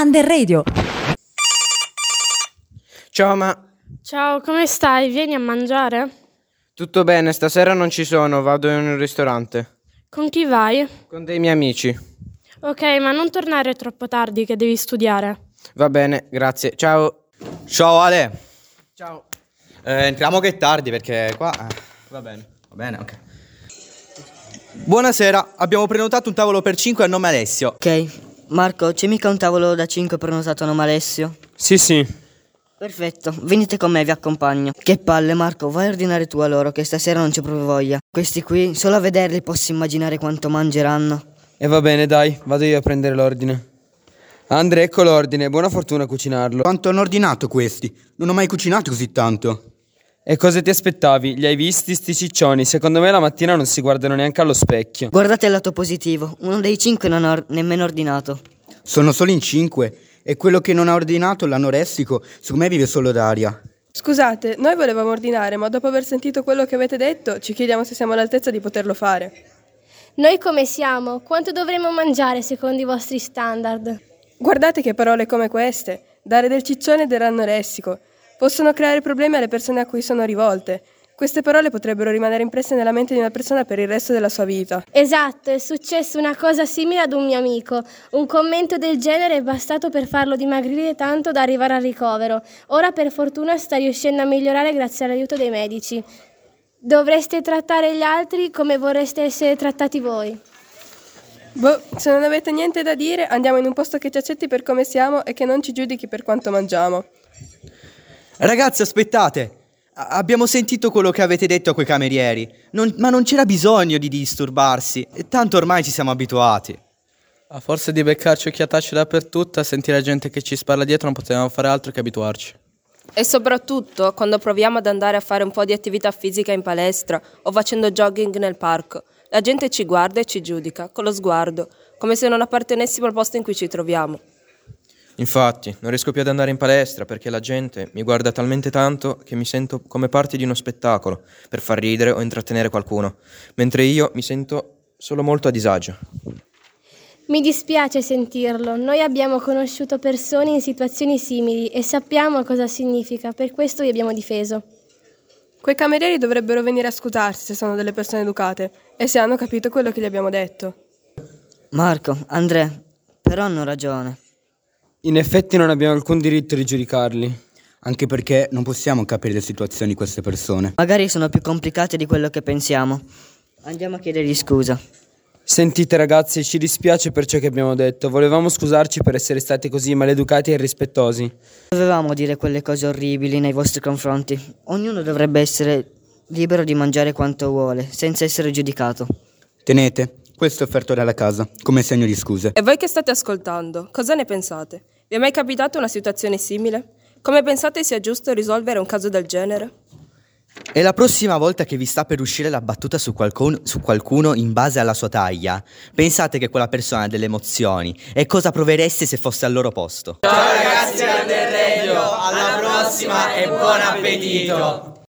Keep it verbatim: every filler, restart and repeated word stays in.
Under Radio. Ciao ma... Ciao, come stai? Vieni a mangiare? Tutto bene, stasera non ci sono, vado in un ristorante. Con chi vai? Con dei miei amici. Ok, ma non tornare troppo tardi che devi studiare. Va bene, grazie. Ciao. Ciao Ale. Ciao. Eh, entriamo che è tardi perché qua... eh, Va bene. Va bene, ok. Buonasera, abbiamo prenotato un tavolo per cinque a nome Alessio. Ok, Marco, c'è mica un tavolo da cinque prenotato a nome Alessio? Sì, sì. Perfetto, venite con me, vi accompagno. Che palle, Marco, vai a ordinare tu a loro che stasera non c'è proprio voglia. Questi qui, solo a vederli posso immaginare quanto mangeranno. E va bene, dai, vado io a prendere l'ordine. Andre, ecco l'ordine, buona fortuna a cucinarlo. Quanto hanno ordinato questi? Non ho mai cucinato così tanto. E cosa ti aspettavi? Li hai visti sti ciccioni? Secondo me la mattina non si guardano neanche allo specchio. Guardate il lato positivo, uno dei cinque non ha or- nemmeno ordinato. Sono solo in cinque e quello che non ha ordinato, l'anoressico, su me vive solo d'aria. Scusate, noi volevamo ordinare, ma dopo aver sentito quello che avete detto, ci chiediamo se siamo all'altezza di poterlo fare. Noi come siamo? Quanto dovremmo mangiare secondo i vostri standard? Guardate che parole come queste, dare del ciccione e dell'anoressico, possono creare problemi alle persone a cui sono rivolte. Queste parole potrebbero rimanere impresse nella mente di una persona per il resto della sua vita. Esatto, è successo una cosa simile ad un mio amico. Un commento del genere è bastato per farlo dimagrire tanto da arrivare al ricovero. Ora per fortuna sta riuscendo a migliorare grazie all'aiuto dei medici. Dovreste trattare gli altri come vorreste essere trattati voi. Boh, se non avete niente da dire, andiamo in un posto che ci accetti per come siamo e che non ci giudichi per quanto mangiamo. Ragazzi, aspettate. A- abbiamo sentito quello che avete detto a quei camerieri. Non- ma non c'era bisogno di disturbarsi. E tanto ormai ci siamo abituati. A forza di beccarci occhiatacce dappertutto, a sentire gente che ci spalla dietro non potevamo fare altro che abituarci. E soprattutto quando proviamo ad andare a fare un po' di attività fisica in palestra o facendo jogging nel parco, la gente ci guarda e ci giudica con lo sguardo, come se non appartenessimo al posto in cui ci troviamo. Infatti, non riesco più ad andare in palestra perché la gente mi guarda talmente tanto che mi sento come parte di uno spettacolo per far ridere o intrattenere qualcuno, mentre io mi sento solo molto a disagio. Mi dispiace sentirlo, noi abbiamo conosciuto persone in situazioni simili e sappiamo cosa significa, per questo vi abbiamo difeso. Quei camerieri dovrebbero venire a scusarsi se sono delle persone educate e se hanno capito quello che gli abbiamo detto. Marco, Andrea, però hanno ragione. In effetti non abbiamo alcun diritto di giudicarli. Anche perché non possiamo capire le situazioni di queste persone. Magari sono più complicate di quello che pensiamo. Andiamo a chiedergli scusa. Sentite ragazzi, ci dispiace per ciò che abbiamo detto. Volevamo scusarci per essere stati così maleducati e irrispettosi. Dovevamo dire quelle cose orribili nei vostri confronti. Ognuno dovrebbe essere libero di mangiare quanto vuole, senza essere giudicato. Tenete, questo è offerto dalla casa, come segno di scuse. E voi che state ascoltando, cosa ne pensate? Vi è mai capitata una situazione simile? Come pensate sia giusto risolvere un caso del genere? E la prossima volta che vi sta per uscire la battuta su qualcuno, su qualcuno in base alla sua taglia, pensate che quella persona ha delle emozioni e cosa provereste se fosse al loro posto. Ciao ragazzi del Radio, alla prossima e buon appetito!